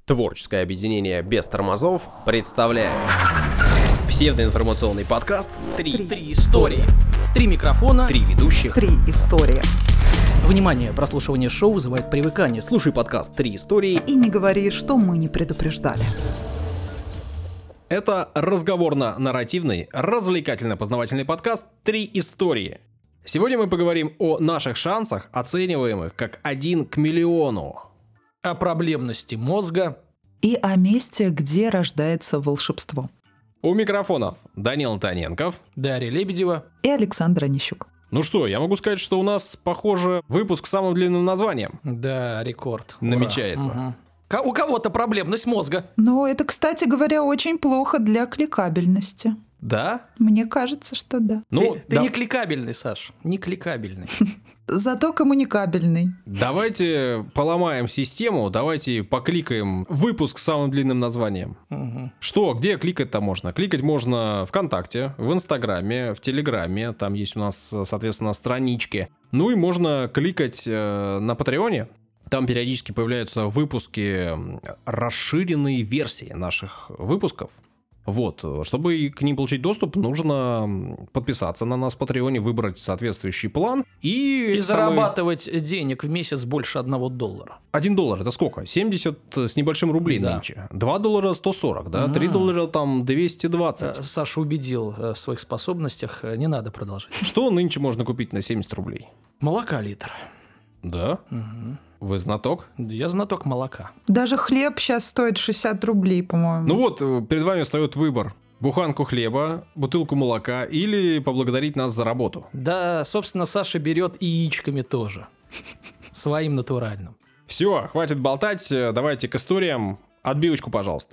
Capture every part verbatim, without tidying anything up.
Творческое объединение «Без тормозов» представляет псевдоинформационный подкаст «Три, Три истории». Три микрофона. Три ведущих. Три истории. Внимание, прослушивание шоу вызывает привыкание. Слушай подкаст «Три истории». И не говори, что мы не предупреждали. Это разговорно-нарративный, развлекательно-познавательный подкаст «Три истории». Сегодня мы поговорим о наших шансах, оцениваемых как один к миллиону. О проблемности мозга. И о месте, где рождается волшебство. У микрофонов Данил Антоненков, Дарья Лебедева И Александр Онищук. Ну что, я могу сказать, что у нас, похоже, выпуск с самым длинным названием. Да, рекорд. Ура. Намечается. Угу. К- у кого-то проблемность мозга. Но это, кстати говоря, очень плохо для кликабельности. Да? Мне кажется, что да. Ну, ты ты да- не кликабельный, Саш. Не кликабельный. Зато коммуникабельный. Давайте поломаем систему, давайте покликаем выпуск с самым длинным названием. Угу. Что, где кликать-то можно? Кликать можно ВКонтакте, в Инстаграме, в Телеграме, там есть у нас, соответственно, странички. Ну и можно кликать э, на Патреоне. Там периодически появляются выпуски, расширенные версии наших выпусков. Вот, чтобы к ним получить доступ, нужно подписаться на нас в Патреоне, выбрать соответствующий план и... И самый- зарабатывать денег в месяц больше одного доллара. Один доллар это сколько? семьдесят с небольшим рублей Да. нынче. Два доллара сто сорок, да? Мгм. Три доллара там двести двадцать. Э, Саша убедил э, в своих способностях. э, Не надо продолжать. Что нынче можно купить на семьдесят рублей? Молока литр. Да? Мгм. Вы знаток? Я знаток молока. Даже хлеб сейчас стоит шестьдесят рублей, по-моему. Ну вот, э, перед вами встает выбор. Буханку хлеба, бутылку молока или поблагодарить нас за работу. Да, собственно, Саша берет и яичками тоже. Своим натуральным. Все, хватит болтать, э, давайте к историям. Отбивочку, пожалуйста.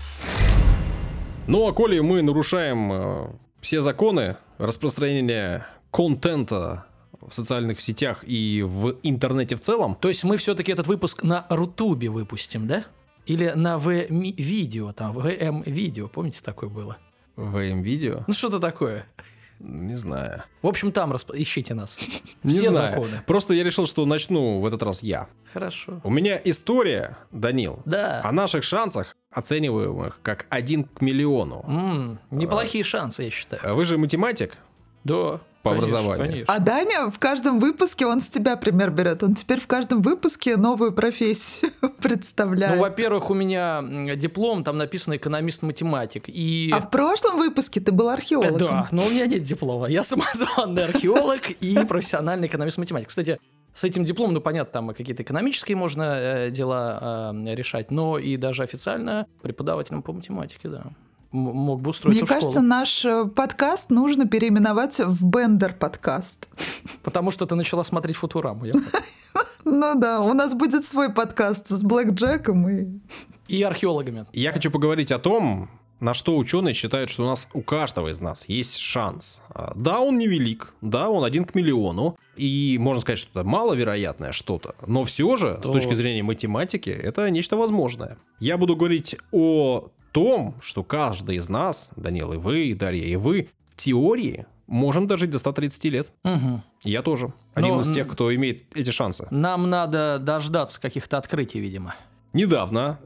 Ну а коли мы нарушаем э, все законы распространения контента в социальных сетях и в интернете в целом, То есть мы все-таки этот выпуск на Рутубе выпустим, да? Или на ВМ-видео, там, ВМ-видео, помните, такое было? в видео, Ну, что-то такое. не знаю. В общем, там расп... ищите нас. Не Все знаю. законы. Просто я решил, что начну в этот раз я. Хорошо. У меня история, Данил, Да. о наших шансах, оцениваемых как один к миллиону. М, неплохие шансы, я считаю. Вы же математик? Да. По конечно, образованию. конечно. А Даня в каждом выпуске, он с тебя пример берет. Он теперь в каждом выпуске новую профессию представляет. Ну, во-первых, у меня м, диплом, там написано экономист-математик. И... А в прошлом выпуске ты был археологом. Да, но у меня нет диплома. Я самозванный археолог и профессиональный экономист-математик. Кстати, с этим дипломом, ну, понятно, там какие-то экономические можно э, дела э, решать, но и даже официально преподавателем по математике, да. М- мог бы устроиться Мне в школу. кажется, наш э, подкаст нужно переименовать в Бендер подкаст. Потому что ты начала смотреть Футураму. я понял. Ну да, у нас будет свой подкаст с Блэк Джеком и... И археологами. Я хочу поговорить о том, на что ученые считают, что у нас, у каждого из нас есть шанс. А, Да, он невелик, да, он один к миллиону, и можно сказать, что это маловероятное что-то, но все же, с То- точки зрения математики, это нечто возможное. Я буду говорить о том, что каждый из нас, Данил, и вы, и Дарья, и вы, в теории можем дожить до ста тридцати лет. Мгм. Я тоже. Один Но, из тех, м, кто имеет эти шансы. Нам надо дождаться каких-то открытий, видимо. Недавно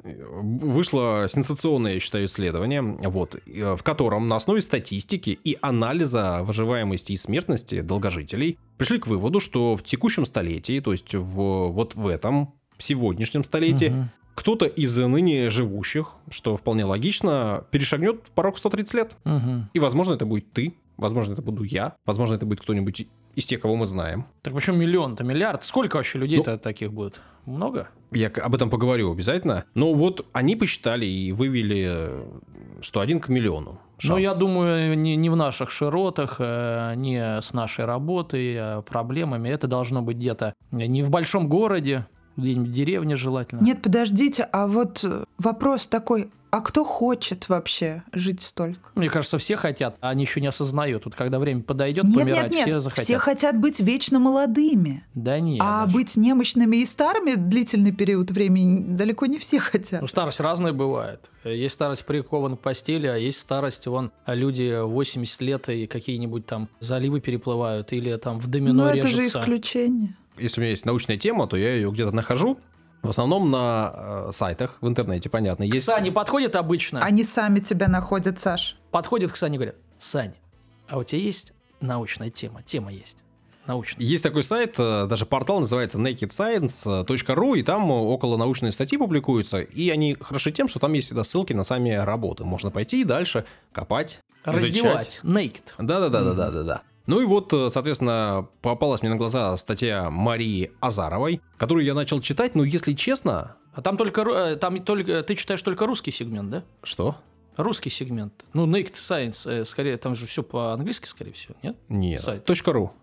вышло сенсационное, я считаю, исследование, вот, э, в котором на основе статистики и анализа выживаемости и смертности долгожителей пришли к выводу, что в текущем столетии, то есть в, вот в этом, в сегодняшнем столетии, Мгм. кто-то из ныне живущих, что вполне логично, перешагнет порог в сто тридцать лет. Мгм. И, возможно, это будет ты, возможно, это буду я, возможно, это будет кто-нибудь из тех, кого мы знаем. Так почему миллион-то, миллиард? Сколько вообще людей-то таких будет? Много? Я к- об этом поговорю обязательно. Но вот они посчитали и вывели, э, что один к миллиону. Ну, шанс. я думаю, не, не в наших широтах, э, не с нашей работой, э, проблемами. Это должно быть где-то не в большом городе, где-нибудь в деревне желательно. Нет, подождите, а вот э, вопрос такой, а кто хочет вообще жить столько? Мне кажется, все хотят, а они еще не осознают. Тут, когда время подойдет Нет, помирать, нет, нет, все захотят. все хотят быть вечно молодыми. Да нет. А даже. быть немощными и старыми длительный период времени далеко не все хотят. Ну, старость разная бывает. Есть старость прикован к постели, а есть старость, вон, люди восемьдесят лет и какие-нибудь там заливы переплывают или там в домино Ну, это же режутся. исключение. Если у меня есть научная тема, то я ее где-то нахожу, В основном на э, сайтах в интернете, понятно. К Есть... Сане подходит обычно? Они сами тебя находят, Саш. Подходит к Сане и говорят: Сань, а у тебя есть научная тема? Тема есть. Научная. Есть такой сайт, э, даже портал называется naked science точка ру, и там около научные статьи публикуются, и они хороши тем, что там есть всегда ссылки на сами работы. Можно пойти и дальше копать, Раздевать. изучать. Naked. Да-да-да-да-да-да. Ну и вот, соответственно, попалась мне на глаза статья Марии Азаровой, которую я начал читать, но если честно... А там только, ру- там только ты читаешь только русский сегмент, да? Что? Русский сегмент. Ну, Naked Science, э, скорее, там же все по-английски, скорее всего, нет? Нет. Сайт. Точка .ру.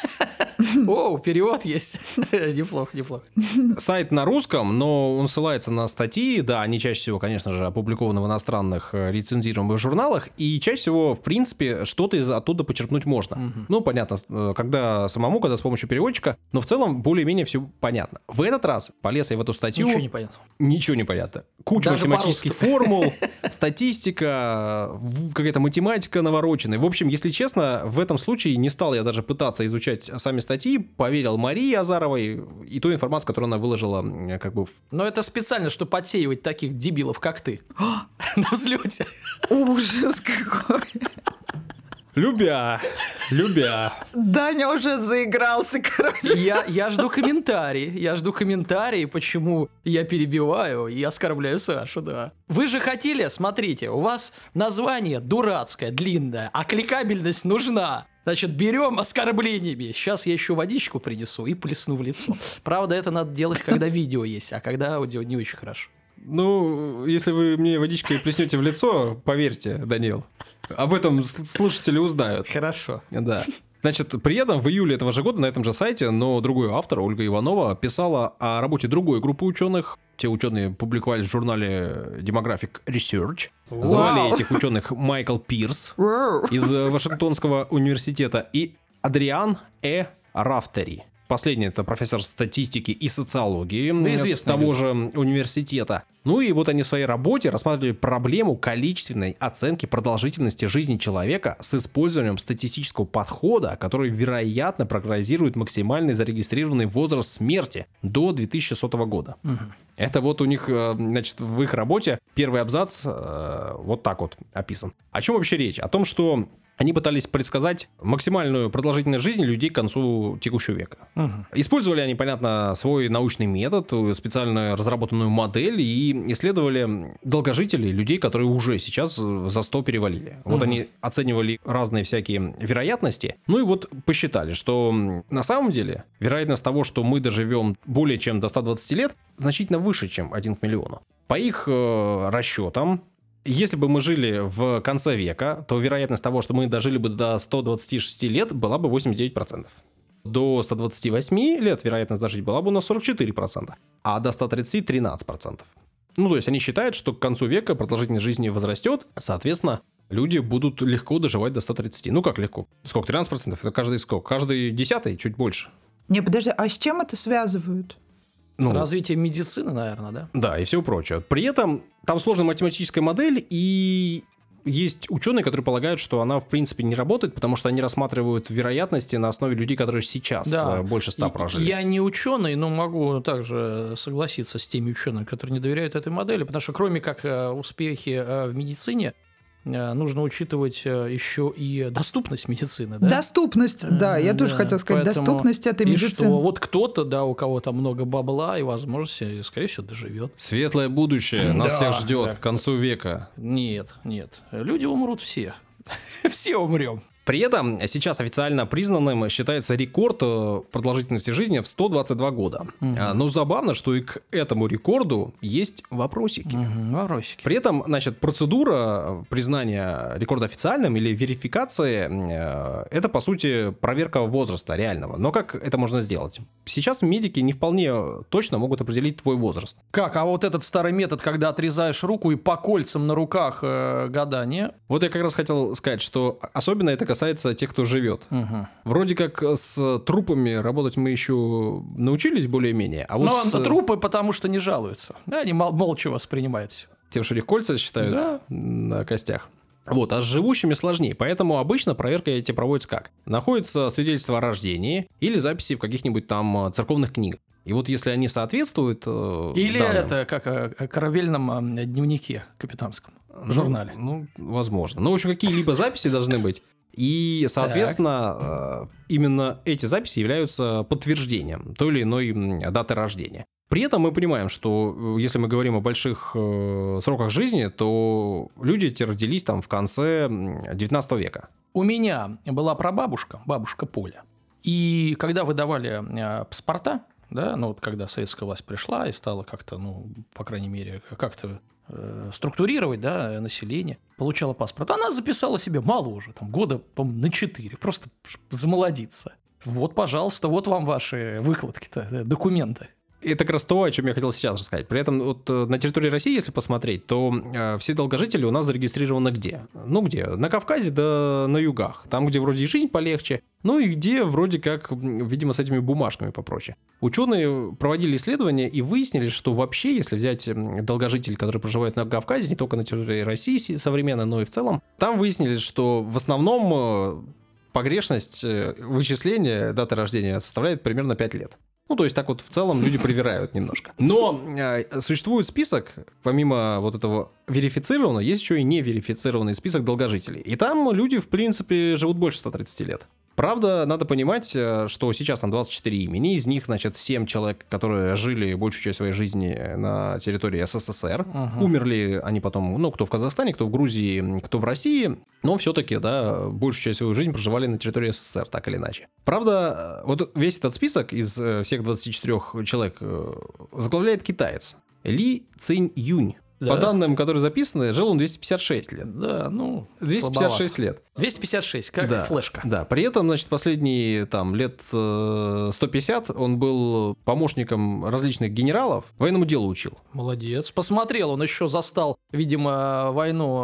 О, перевод есть. Неплохо, неплохо. Сайт на русском, но он ссылается на статьи, да, они чаще всего, конечно же, опубликованы в иностранных э, рецензируемых журналах, и чаще всего, в принципе, что-то из оттуда почерпнуть можно. Мгм. Ну, понятно, с- э, когда самому, когда с помощью переводчика, но в целом более-менее все понятно. В этот раз полез я в эту статью, Ничего не понятно. ничего не понятно. Куча Даже математических по-русски. формул, статистика, в- какая-то математика навороченная. В общем, если честно, в этом случае не стал я даже пытаться изучать сами статьи, поверил Марии Азаровой и ту информацию, которую она выложила, м, как бы в Но это специально, чтобы подсеивать таких дебилов, как ты. На взлете. Ужас какой. Любя, любя. Даня уже заигрался, короче. Я, я жду комментарии. Я жду комментарии, почему я перебиваю и оскорбляю Сашу, да. Вы же хотели, смотрите, у вас название дурацкое, длинное, а кликабельность нужна. Значит, берем оскорблениями. Сейчас я еще водичку принесу и плесну в лицо. Правда, это надо делать, когда видео есть, а когда аудио не очень хорошо. Ну, если вы мне водичкой плеснете в лицо, поверьте, Данил, об этом с- слушатели узнают. Хорошо. Да. Значит, при этом в июле этого же года на этом же сайте, но другой автор, Ольга Иванова, писала о работе другой группы ученых. Те ученые публиковались в журнале Demographic Research. Звали Вау. этих ученых Майкл Пирс Воу. из э, Вашингтонского университета и Адриан Э. Рафтери. Последний — это профессор статистики и социологии Да, м, известные того люди. же университета. Ну и вот они в своей работе рассматривали проблему количественной оценки продолжительности жизни человека с использованием статистического подхода, который, вероятно, прогнозирует максимальный зарегистрированный возраст смерти до две тысячи сотого года. Это вот у них, э, значит, в их работе первый абзац э, вот так вот описан. О чем вообще речь? О том, что они пытались предсказать максимальную продолжительность жизни людей к концу текущего века. Мгм. Использовали они, понятно, свой научный метод, специально разработанную модель, и исследовали долгожителей, людей, которые уже сейчас за сто перевалили. Вот Мгм. они оценивали разные всякие вероятности, ну и вот посчитали, что м, на самом деле вероятность того, что мы доживем более чем до ста двадцати лет, значительно выше, чем один к миллиону. По их э, расчетам, если бы мы жили в конце века, то вероятность того, что мы дожили бы до ста двадцати шести лет, была бы восемьдесят девять процентов. До ста двадцати восьми лет вероятность дожить была бы у нас сорок четыре процента, а до ста тридцати — тринадцать процентов. Ну, то есть они считают, что к концу века продолжительность жизни возрастет, соответственно, люди будут легко доживать до ста тридцати. Ну, как легко? Сколько? тринадцать процентов? Это каждый сколько? Каждый десятый? Чуть больше. Не, подожди, а с чем это связывают? Ну, Развитие медицины, наверное, да? да, и всего прочего. При этом там сложная математическая модель, и есть ученые, которые полагают, что она, в принципе, не работает, потому что они рассматривают вероятности на основе людей, которые сейчас Да. э, больше ста И- прожили. Я не ученый, но могу также согласиться с теми учеными, которые не доверяют этой модели, потому что кроме как э, успехи э, в медицине, э, нужно учитывать э, еще и доступность медицины. Да? Доступность, да, я тоже Да, хотела сказать, поэтому доступность этой и медицины. что вот кто-то, да, у кого там много бабла и возможности, скорее всего, доживет. Светлое будущее нас Да, всех ждет да. к концу века. Нет, нет, люди умрут все. Все умрем. При этом сейчас официально признанным считается рекорд э, продолжительности жизни в сто двадцать два года. А, Но забавно, что и к этому рекорду есть вопросики. Мгм, Вопросики. При этом, значит, процедура признания рекорда официальным или верификации э, это, по сути, проверка возраста реального. Но как это можно сделать? Сейчас медики не вполне точно могут определить твой возраст. Как? А вот этот старый метод, когда отрезаешь руку и по кольцам на руках э, гадание. Вот я как раз хотел сказать, что особенно это касается тех, кто живет. Мгм. Вроде как с трупами работать мы еще научились более-менее, а вот Но с трупы, потому что не жалуются. Да, они мол- молча воспринимают все. тем, что у них кольца считают Да. на костях. Вот, а с живущими сложнее. Поэтому обычно проверка эти проводится как? Находится свидетельство о рождении или записи в каких-нибудь там церковных книгах. И вот если они соответствуют э, Или данным, это как о корабельном э, дневнике капитанском, в журнале. Ну, ну, возможно. Ну, в общем, какие-либо записи должны быть. И, соответственно, именно эти записи являются подтверждением той или иной даты рождения. При этом мы понимаем, что если мы говорим о больших э, сроках жизни, то люди эти родились там в конце девятнадцатого века. У меня была прабабушка, бабушка Поля. И когда выдавали э, паспорта, да, ну вот когда советская власть пришла и стала как-то, ну, по крайней мере, как-то э, структурировать, да, население, получала паспорт, она записала себе моложе, там, года, по-моему, на четыре, просто замолодиться. Вот, пожалуйста, вот вам ваши выкладки-то, документы. Это как раз то, о чем я хотел сейчас рассказать. При этом вот на территории России, если посмотреть, то э, все долгожители у нас зарегистрированы где? Ну где? На Кавказе да на югах. Там, где вроде и жизнь полегче, ну и где вроде как, видимо, с этими бумажками попроще. Ученые проводили исследования и выяснили, что вообще, если взять долгожителей, которые проживают на Кавказе, не только на территории России современно, но и в целом, там выяснили, что в основном погрешность вычисления даты рождения составляет примерно пять лет. Ну, то есть так вот в целом люди привирают немножко. Но э, существует список, помимо вот этого верифицированного, есть еще и неверифицированный список долгожителей. И там люди, в принципе, живут больше ста тридцати лет. Правда, надо понимать, что сейчас там двадцать четыре имени, из них, значит, семь человек, которые жили большую часть своей жизни на территории СССР. Uh-huh. Умерли они потом, ну, кто в Казахстане, кто в Грузии, кто в России, но все-таки, да, большую часть своей жизни проживали на территории СССР, так или иначе. Правда, вот весь этот список из всех двадцати четырёх человек возглавляет китаец Ли Цинь Юнь. Да. По данным, которые записаны, жил он двести пятьдесят шесть лет. Да, ну, двести пятьдесят шесть лет. двести пятьдесят шесть, как да, флешка. Да, при этом, значит, последние там лет сто пятьдесят он был помощником различных генералов, военному делу учил. Молодец. Посмотрел, он еще застал, видимо, войну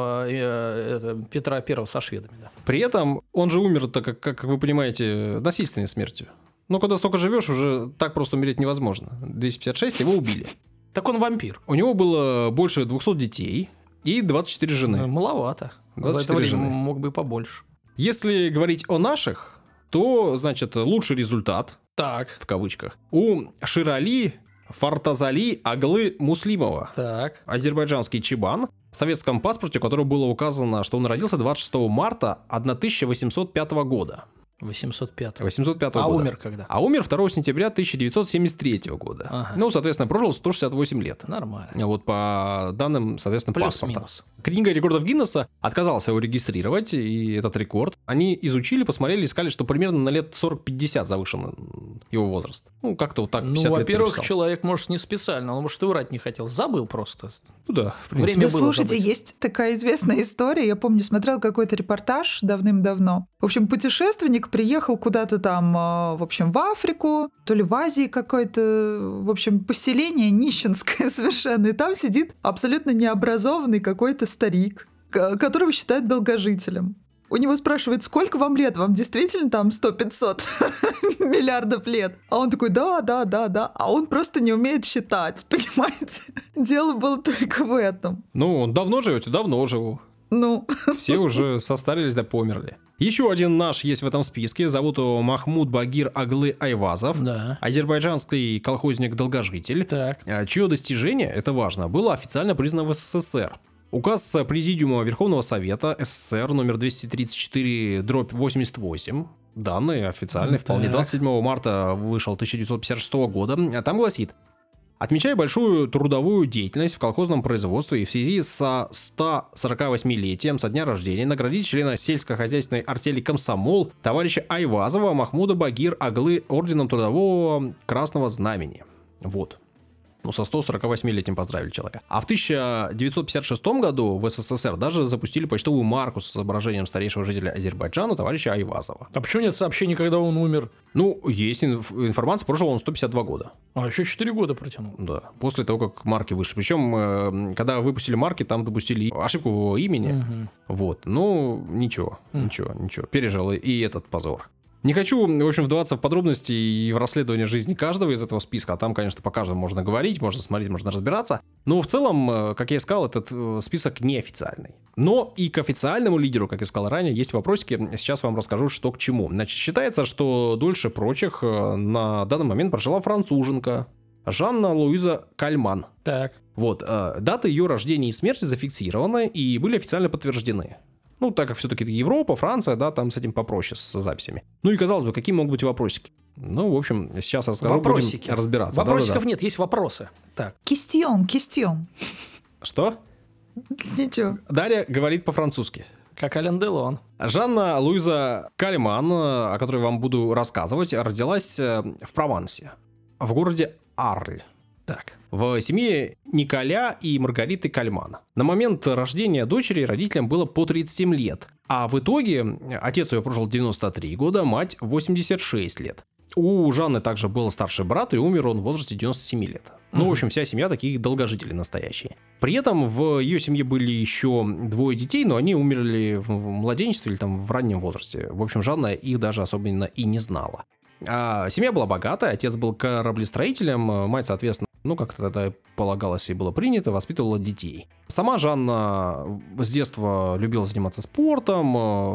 э, э, Петра Первого со шведами. Да. При этом он же умер, так как, как вы понимаете, насильственной смертью. Ну, когда столько живешь, уже так просто умереть невозможно. двести пятьдесят шесть, его убили. Так он вампир. У него было больше двухсот детей и двадцать четыре жены. Маловато. двадцать четыре жены. Мог бы и побольше. Если говорить о наших, то, значит, лучший результат, так. в кавычках, у Ширали Фартазали Аглы Муслимова. Так. Азербайджанский чибан, в советском паспорте, у которого было указано, что он родился двадцать шестого марта тысяча восемьсот пятого года. восемьсот пятого. восемьсот пятого а года. умер когда? А умер второго сентября тысяча девятьсот семьдесят третьего года. Ага. Ну, соответственно, прожил сто шестьдесят восемь лет. Нормально. Вот по данным, соответственно, паспорта. Плюс-минус. Книга рекордов Гиннесса отказалась его регистрировать, и этот рекорд. Они изучили, посмотрели, искали, что примерно на лет сорок-пятьдесят завышен его возраст. Ну, как-то вот так пятьдесят Ну, лет во-первых, написал. человек, может, не специально, он, может, и врать не хотел. Забыл просто. Ну да, в принципе. Время Да, было слушайте, забыть. есть такая известная история. Я помню, смотрел какой-то репортаж давным-давно. В общем, путешественник приехал куда-то там, в общем, в Африку, то ли в Азии какое-то, в общем, поселение нищенское совершенно. И там сидит абсолютно необразованный какой-то старик, которого считают долгожителем. У него спрашивают, сколько вам лет? Вам действительно там сто-пятьсот миллиардов лет? А он такой, да, да, да, да. А он просто не умеет считать, понимаете? Дело было только в этом. Ну, он давно живете? Давно живу. Ну. Все уже состарились да померли. Еще один наш есть в этом списке. Зовут его Махмуд Багир Аглы Айвазов. Да. Азербайджанский колхозник-долгожитель. Так. Чье достижение, это важно, было официально признано в СССР. Указ Президиума Верховного Совета СССР номер двести тридцать четыре дробь восемьдесят восемь. Данные официальные, вполне. двадцать седьмого марта вышел тысяча девятьсот пятьдесят шестого года. А там гласит: отмечая большую трудовую деятельность в колхозном производстве и в связи со сто-сорокавосьмилетием со дня рождения наградить члена сельскохозяйственной артели «Комсомол» товарища Айвазова Махмуда Багир Аглы орденом Трудового Красного Знамени. Вот. Ну, со сто-сорокавосьмилетием поздравили человека. А в тысяча девятьсот пятьдесят шестом году в СССР даже запустили почтовую марку с изображением старейшего жителя Азербайджана товарища Айвазова. А почему нет сообщений, когда он умер? Ну, есть инф- информация, прожил он сто пятьдесят два года. А, еще четыре года протянул. Да, после того, как марки вышли. Причем, э, когда выпустили марки, там допустили ошибку в его имени. Угу. Вот, ну, ничего, Мгм. ничего, ничего. Пережил и этот позор. Не хочу, в общем, вдаваться в подробности и в расследование жизни каждого из этого списка, а там, конечно, по каждому можно говорить, можно смотреть, можно разбираться. Но в целом, как я и сказал, этот список неофициальный. Но и к официальному лидеру, как я сказал ранее, есть вопросики. Сейчас вам расскажу, что к чему. Значит, считается, что дольше прочих на данный момент прожила француженка Жанна Луиза Кальман. Так. Вот, даты ее рождения и смерти зафиксированы и были официально подтверждены. Ну, так как все-таки Европа, Франция, да, там с этим попроще, с записями. Ну и, казалось бы, какие могут быть вопросики? Ну, в общем, сейчас расскажу, Вопросики. будем разбираться. Вопросиков Да-да-да. нет, есть вопросы. Так. Кистьон, кистьон. Что? Ничего. Дарья говорит по-французски. Как Ален Делон. Жанна Луиза Кальман, о которой вам буду рассказывать, родилась в Провансе, в городе Арль. Так. В семье Николя и Маргариты Кальман. На момент рождения дочери родителям было по тридцать семь лет. А в итоге отец ее прожил девяносто три года, мать восемьдесят шесть лет. У Жанны также был старший брат, и умер он в возрасте девяносто семь лет. Ну, в общем, вся семья такие долгожители настоящие. При этом в ее семье были еще двое детей, но они умерли в младенчестве или там в раннем возрасте. В общем, Жанна их даже особенно и не знала. А семья была богатая, отец был кораблестроителем, мать, соответственно, ну, как тогда полагалось и было принято, воспитывала детей. Сама Жанна с детства любила заниматься спортом,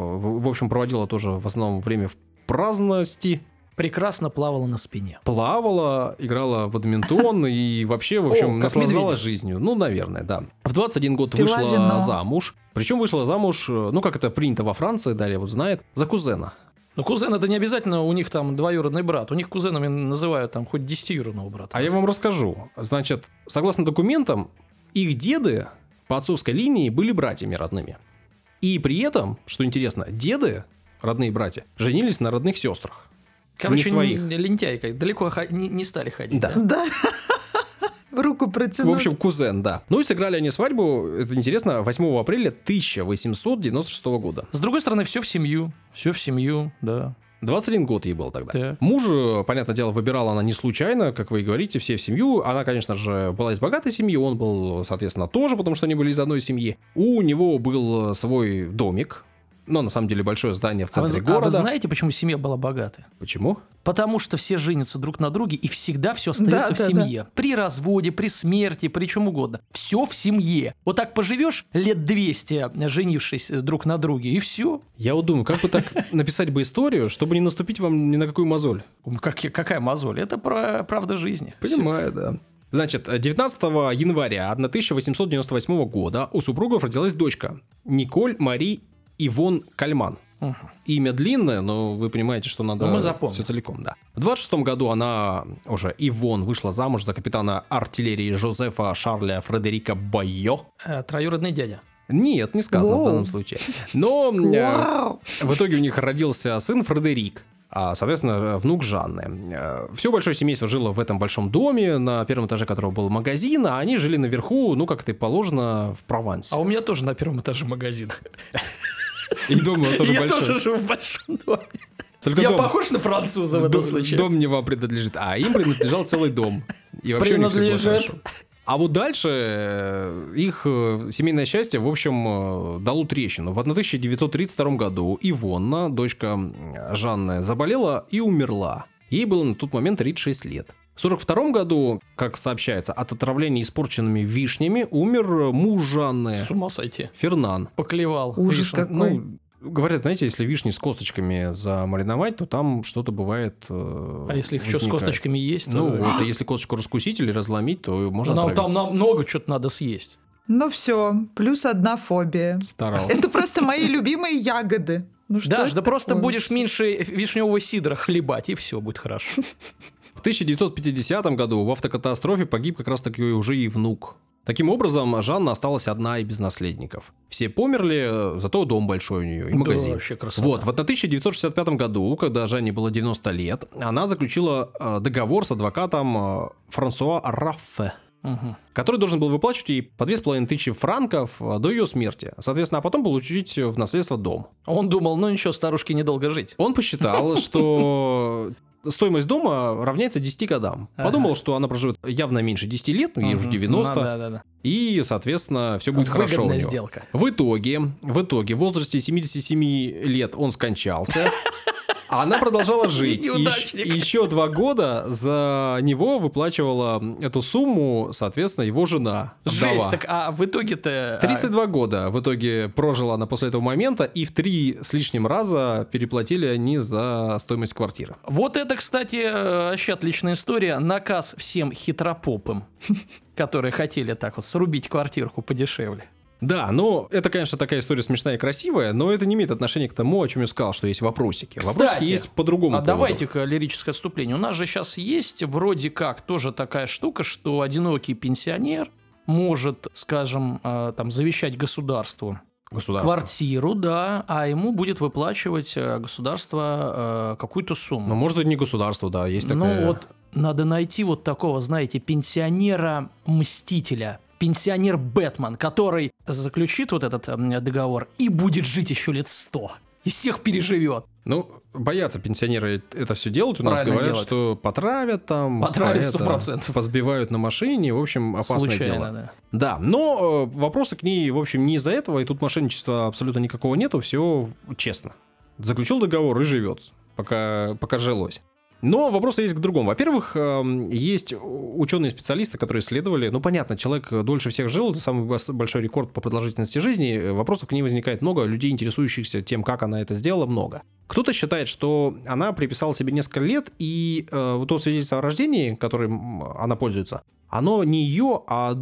в общем, проводила тоже в основном время в праздности. Прекрасно плавала на спине. Плавала, играла в бадминтон и вообще, в общем, О, как наслаждалась медведь. жизнью. Ну, наверное, да. В двадцать один год Пила вышла вино. замуж. Причем вышла замуж, ну, как это принято во Франции, Дарья вот знает, за кузена. Ну, кузен это не обязательно у них там двоюродный брат. У них кузенами называют там хоть десятиюродного брата. А я вам расскажу. Значит, согласно документам, их деды по отцовской линии были братьями родными. И при этом, что интересно, деды, родные братья, женились на родных сестрах. Короче, не своих. лентяйка. Далеко хо- не, не стали ходить. Да. Да. Да. Руку протянуть. В общем, кузен, да. Ну и сыграли они свадьбу, это интересно, восьмого апреля тысяча восемьсот девяносто шестого года. С другой стороны, все в семью. Все в семью, да. двадцать один год ей было тогда. Так. Мужа, понятное дело, выбирала она не случайно, как вы и говорите, все в семью. Она, конечно же, была из богатой семьи, он был, соответственно, тоже, потому что они были из одной семьи. У него был свой домик, но на самом деле большое здание в А вы, центре а города. вы знаете, почему семья была богатая? Почему? Потому что все женятся друг на друге, и всегда все остается Да, в да, семье. При разводе, при смерти, при чем угодно. Все в семье. Вот так поживешь лет двести, женившись друг на друге, и все. Я вот думаю, как бы так написать бы историю, чтобы не наступить вам ни на какую мозоль. Как, какая мозоль? Это про правда жизни. Понимаю, да. Значит, девятнадцатого января тысяча восемьсот девяносто восьмого года у супругов родилась дочка Николь Мари Ивон Кальман. Угу. Имя длинное, но вы понимаете, что надо Ну, мы запомним. все целиком, да. В двадцать шестом году она уже, Ивон, вышла замуж за капитана артиллерии Жозефа Шарля Фредерика Байо. Э, троюродный дядя. Нет, не сказано Воу. в данном случае. Но э, Вау. в итоге у них родился сын Фредерик. А, соответственно, внук Жанны. Все большое семейство жило в этом большом доме, на первом этаже которого был магазин, а они жили наверху, ну, как это и положено, в Провансе. А у меня тоже на первом этаже магазин. И дом его тоже Я большой. тоже живу в большом доме. Только Я дом, похож на француза в этом дом- случае. дом не вам принадлежит, а им принадлежал целый дом. И вообще у них всё было Принадлежит. хорошо. А вот дальше э, их э, семейное счастье, в общем, э, дало трещину. В тысяча девятьсот тридцать втором году Ивонна, дочка э, Жанны, заболела и умерла. Ей было на тот момент тридцать шесть лет. В сорок втором году, как сообщается, от отравления испорченными вишнями умер муж Жанны, С ума сойти. Фернан. Поклевал. Ужас Вишен. какой. Ну, говорят, знаете, если вишни с косточками замариновать, то там что-то бывает. э, А если их еще с возникает. косточками есть, то... Ну, вот, а если косточку раскусить или разломить, то можно нам, там отравиться. нам много чего-то надо съесть. Ну все, плюс одна фобия. Старался. Это просто мои любимые ягоды. Ну что Да, ж да просто такое? будешь меньше вишневого сидра хлебать, и все будет хорошо. В тысяча девятьсот пятидесятом году в автокатастрофе погиб как раз-таки уже и внук. Таким образом, Жанна осталась одна и без наследников. Все померли, зато дом большой у нее и магазин. Да, вообще красота. Вот, в тысяча девятьсот шестьдесят пятом году, когда Жанне было девяносто лет, она заключила э, договор с адвокатом э, Франсуа Раффе, Мгм. который должен был выплачивать ей по две с половиной тысячи франков э, до ее смерти. Соответственно, а потом получить в наследство дом. Он думал, ну ничего, старушке недолго жить. Он посчитал, что стоимость дома равняется десяти годам. Ага. Подумал, что она проживет явно меньше десяти лет, ну ей уже Мгм. девяносто, Ну, да, да, да. и, соответственно, все будет хорошо у Выгодная него. сделка. В итоге, в итоге, в возрасте семидесяти семи лет он скончался. А она продолжала жить. И Неудачник. ещ- еще два года за него выплачивала эту сумму, соответственно, его жена. вдова. Жесть, так а в итоге-то... а, тридцать два года в итоге прожила она после этого момента, и в три с лишним раза переплатили они за стоимость квартиры. Вот это, кстати, э, вообще отличная история. Наказ всем хитропопым, которые хотели так вот срубить квартирку подешевле. Да, ну, это, конечно, такая история смешная и красивая, но это не имеет отношения к тому, о чем я сказал, что есть вопросики. Кстати, Вопросики есть по другому А поводу. давайте-ка лирическое отступление. У нас же сейчас есть вроде как тоже такая штука, что одинокий пенсионер может, скажем, э, там завещать государству Государство. квартиру, да, а ему будет выплачивать э, государство э, какую-то сумму. Ну, может, это не государство, да, есть такая... Ну вот надо найти вот такого, знаете, пенсионера-мстителя, пенсионер-Бэтмен, который заключит вот этот э, договор и будет жить еще лет сто. И всех переживет. Ну, боятся пенсионеры это все делать. У нас Правильно говорят, делают. что потравят там. Потравят а сто это, процентов. Позбивают на машине. В общем, опасное Случайно, дело. да. Да, но э, вопросы к ней, в общем, не из-за этого. И тут мошенничества абсолютно никакого нету. Все честно. Заключил договор и живет, пока, пока жилось. Но вопросы есть к другому. Во-первых, э, есть ученые-специалисты, которые исследовали. Ну, понятно, человек дольше всех жил, это самый бас- большой рекорд по продолжительности жизни. Вопросов к ней возникает много, людей, интересующихся тем, как она это сделала, много. Кто-то считает, что она приписала себе несколько лет, и э, вот то свидетельство о рождении, которым она пользуется, оно не ее, а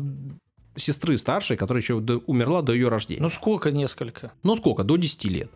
сестры старшей, которая еще до- умерла до ее рождения. Ну сколько несколько? Ну, сколько? До десяти лет.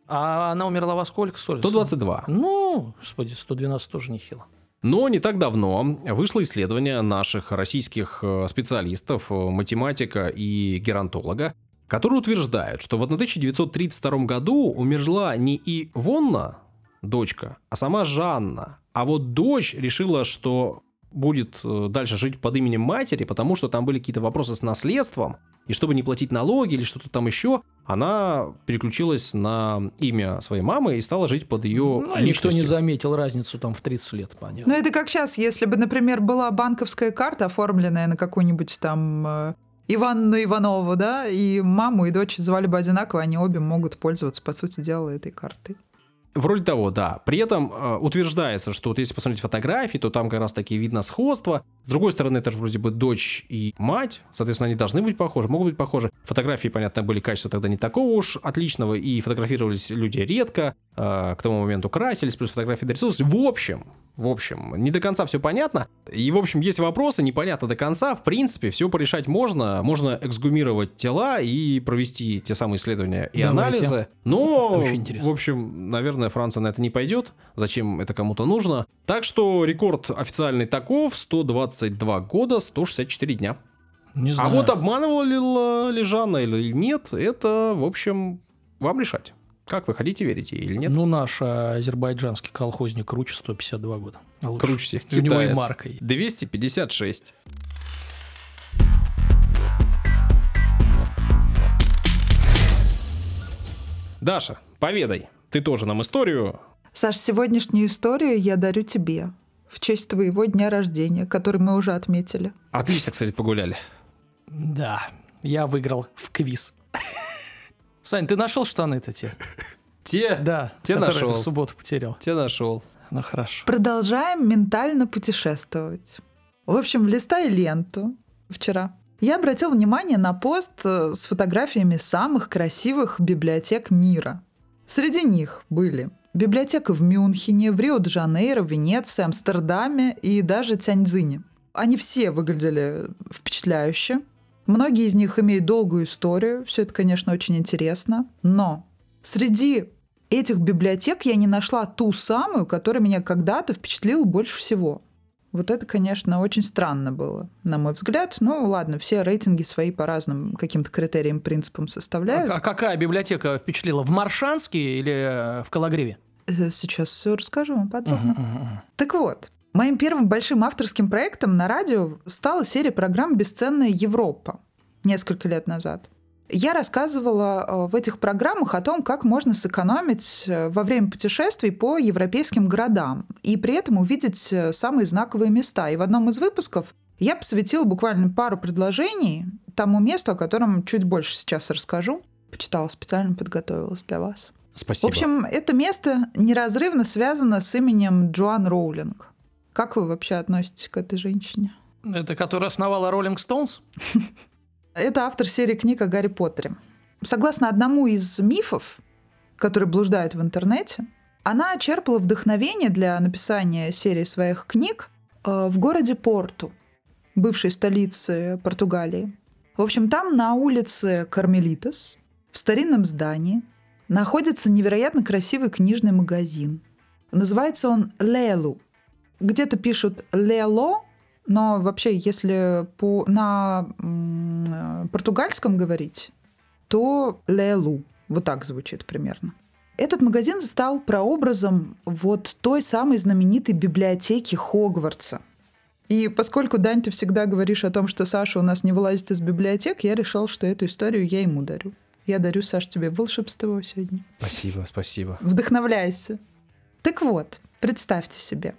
А она умерла во сколько? сто сто двадцать два. Ну, господи, сто двенадцать тоже нехило. Но не так давно вышло исследование наших российских э, специалистов, э, математика и геронтолога, которые утверждают, что в тысяча девятьсот тридцать втором году умерла не Ивонна, дочка, а сама Жанна. А вот дочь решила, что будет э, дальше жить под именем матери, потому что там были какие-то вопросы с наследством, и чтобы не платить налоги или что-то там еще, она переключилась на имя своей мамы и стала жить под ее Ну, никто личностью. не заметил разницу там в тридцать лет, понятно. Ну, это как сейчас, если бы, например, была банковская карта, оформленная на какую-нибудь там э, Иванну Иванову, да, и маму и дочь звали бы одинаково, они обе могут пользоваться, по сути дела, этой картой. Вроде того, да. При этом э, утверждается, что вот если посмотреть фотографии, то там как раз таки видно сходство. С другой стороны, это же вроде бы дочь и мать, соответственно, они должны быть похожи, могут быть похожи. Фотографии, понятно, были качества тогда не такого уж отличного, и фотографировались люди редко, э, к тому моменту красились, плюс фотографии дорисовывались. В общем, в общем, не до конца все понятно. И, в общем, есть вопросы, непонятно до конца. В принципе, все порешать можно. Можно эксгумировать тела и провести те самые исследования и Давайте. анализы. Но, Это очень интересно. в общем, наверное, Франция на это не пойдет. Зачем это кому-то нужно? Так что рекорд официальный таков: сто двадцать два года, сто шестьдесят четыре дня. Не А знаю. вот обманывала ли, ли Жанна или нет, это, в общем, вам решать. Как вы хотите, верите или нет? Ну, наш а, азербайджанский колхозник круче сто пятьдесят два года. А лучше. Круче всех. У него и Китаец. марка есть. двести пятьдесят шесть. Даша, поведай. Ты тоже нам историю. Саш, сегодняшнюю историю я дарю тебе в честь твоего дня рождения, который мы уже отметили. Отлично, кстати, погуляли. Да, я выиграл в квиз. Сань, ты нашел штаны-то те? Те? Да, те которые нашел. ты в субботу потерял. Те нашел. Ну, хорошо. Продолжаем ментально путешествовать. В общем, листая ленту вчера, я обратил внимание на пост э, с фотографиями самых красивых библиотек мира. Среди них были библиотека в Мюнхене, в Рио-де-Жанейро, Венеции, Амстердаме и даже Тяньцзине. Они все выглядели впечатляюще. Многие из них имеют долгую историю. Все это, конечно, очень интересно. Но среди этих библиотек я не нашла ту самую, которая меня когда-то впечатлила больше всего. Вот это, конечно, очень странно было, на мой взгляд. Ну, ладно, все рейтинги свои по разным каким-то критериям, принципам составляют. А какая библиотека впечатлила? В Маршанске или в Калагриве? Сейчас все расскажу вам подробно. Так вот, моим первым большим авторским проектом на радио стала серия программ «Бесценная Европа» несколько лет назад. Я рассказывала в этих программах о том, как можно сэкономить во время путешествий по европейским городам и при этом увидеть самые знаковые места. И в одном из выпусков я посвятила буквально пару предложений тому месту, о котором чуть больше сейчас расскажу. Почитала, специально подготовилась для вас. Спасибо. В общем, это место неразрывно связано с именем Джоан Роулинг. Как вы вообще относитесь к этой женщине? Это которая основала Rolling Stones? Это автор серии книг о Гарри Поттере. Согласно одному из мифов, которые блуждают в интернете, она черпала вдохновение для написания серии своих книг в городе Порту, бывшей столице Португалии. В общем, там на улице Кармелитас, в старинном здании, находится невероятно красивый книжный магазин. Называется он Лелу. Где-то пишут Лело, но вообще, если по, на м, португальском говорить, то Лелу. Вот так звучит примерно. Этот магазин стал прообразом вот той самой знаменитой библиотеки Хогвартса. И поскольку, Дань, ты всегда говоришь о том, что Саша у нас не вылазит из библиотек, я решил, что эту историю я ему дарю. Я дарю, Саш, тебе волшебство сегодня. Спасибо, спасибо. Вдохновляйся. Так вот, представьте себе.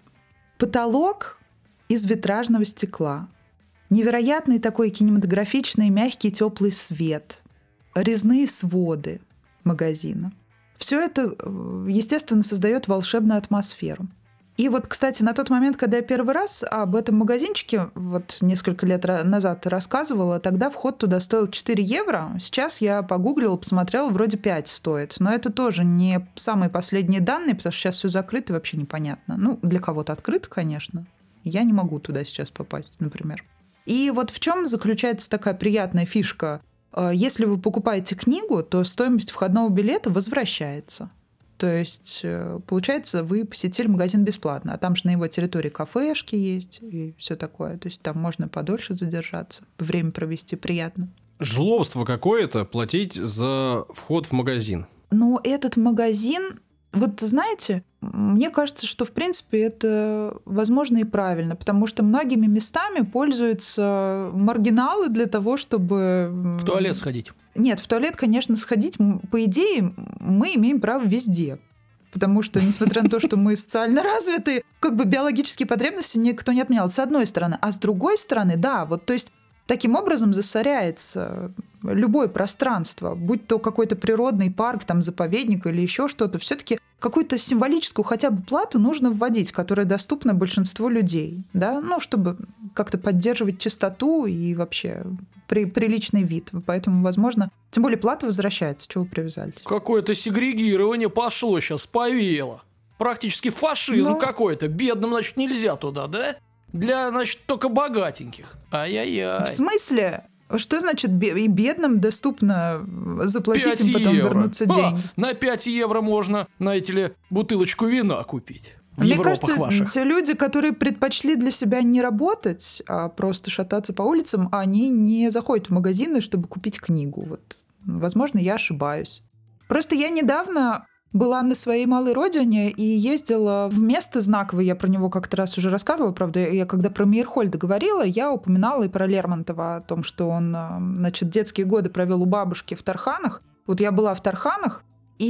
Потолок из витражного стекла. Невероятный такой кинематографичный, мягкий, теплый свет. Резные своды магазина. Все это, естественно, создает волшебную атмосферу. И вот, кстати, на тот момент, когда я первый раз об этом магазинчике вот несколько лет назад рассказывала, тогда вход туда стоил четыре евро. Сейчас я погуглила, посмотрела, вроде пять стоит. Но это тоже не самые последние данные, потому что сейчас все закрыто и вообще непонятно. Ну, для кого-то открыто, конечно. Я не могу туда сейчас попасть, например. И вот в чем заключается такая приятная фишка. Если вы покупаете книгу, то стоимость входного билета возвращается. То есть, получается, вы посетили магазин бесплатно, а там же на его территории кафешки есть и все такое. То есть там можно подольше задержаться, время провести приятно. Жлобство какое-то платить за вход в магазин. Но этот магазин, вот знаете, мне кажется, что в принципе это возможно и правильно, потому что многими местами пользуются маргиналы для того, чтобы... В туалет сходить. Нет, в туалет, конечно, сходить, по идее, мы имеем право везде. Потому что, несмотря на то, что мы социально развиты, как бы биологические потребности никто не отменял, с одной стороны. А с другой стороны, да, вот то есть таким образом засоряется любое пространство, будь то какой-то природный парк, там, заповедник или еще что-то, все-таки какую-то символическую хотя бы плату нужно вводить, которая доступна большинству людей, да, ну, чтобы как-то поддерживать чистоту и вообще при, приличный вид. Поэтому, возможно, тем более плата возвращается. Чего вы привязались? Какое-то сегрегирование пошло сейчас, повеяло. Практически фашизм Ну... какой-то. Бедным, значит, нельзя туда, да? Для, значит, только богатеньких. Ай-яй-яй. В смысле? Что значит и бедным доступно заплатить им, потом евро. вернуться А, деньги? на пять евро можно, знаете ли, бутылочку вина купить. В Мне Европах кажется, ваших. те люди, которые предпочли для себя не работать, а просто шататься по улицам, они не заходят в магазины, чтобы купить книгу. Вот. Возможно, я ошибаюсь. Просто я недавно была на своей малой родине и ездила в место знаковое, я про него как-то раз уже рассказывала, правда, я когда про Мейерхольда говорила, я упоминала и про Лермонтова, о том, что он, значит, детские годы провел у бабушки в Тарханах. Вот я была в Тарханах,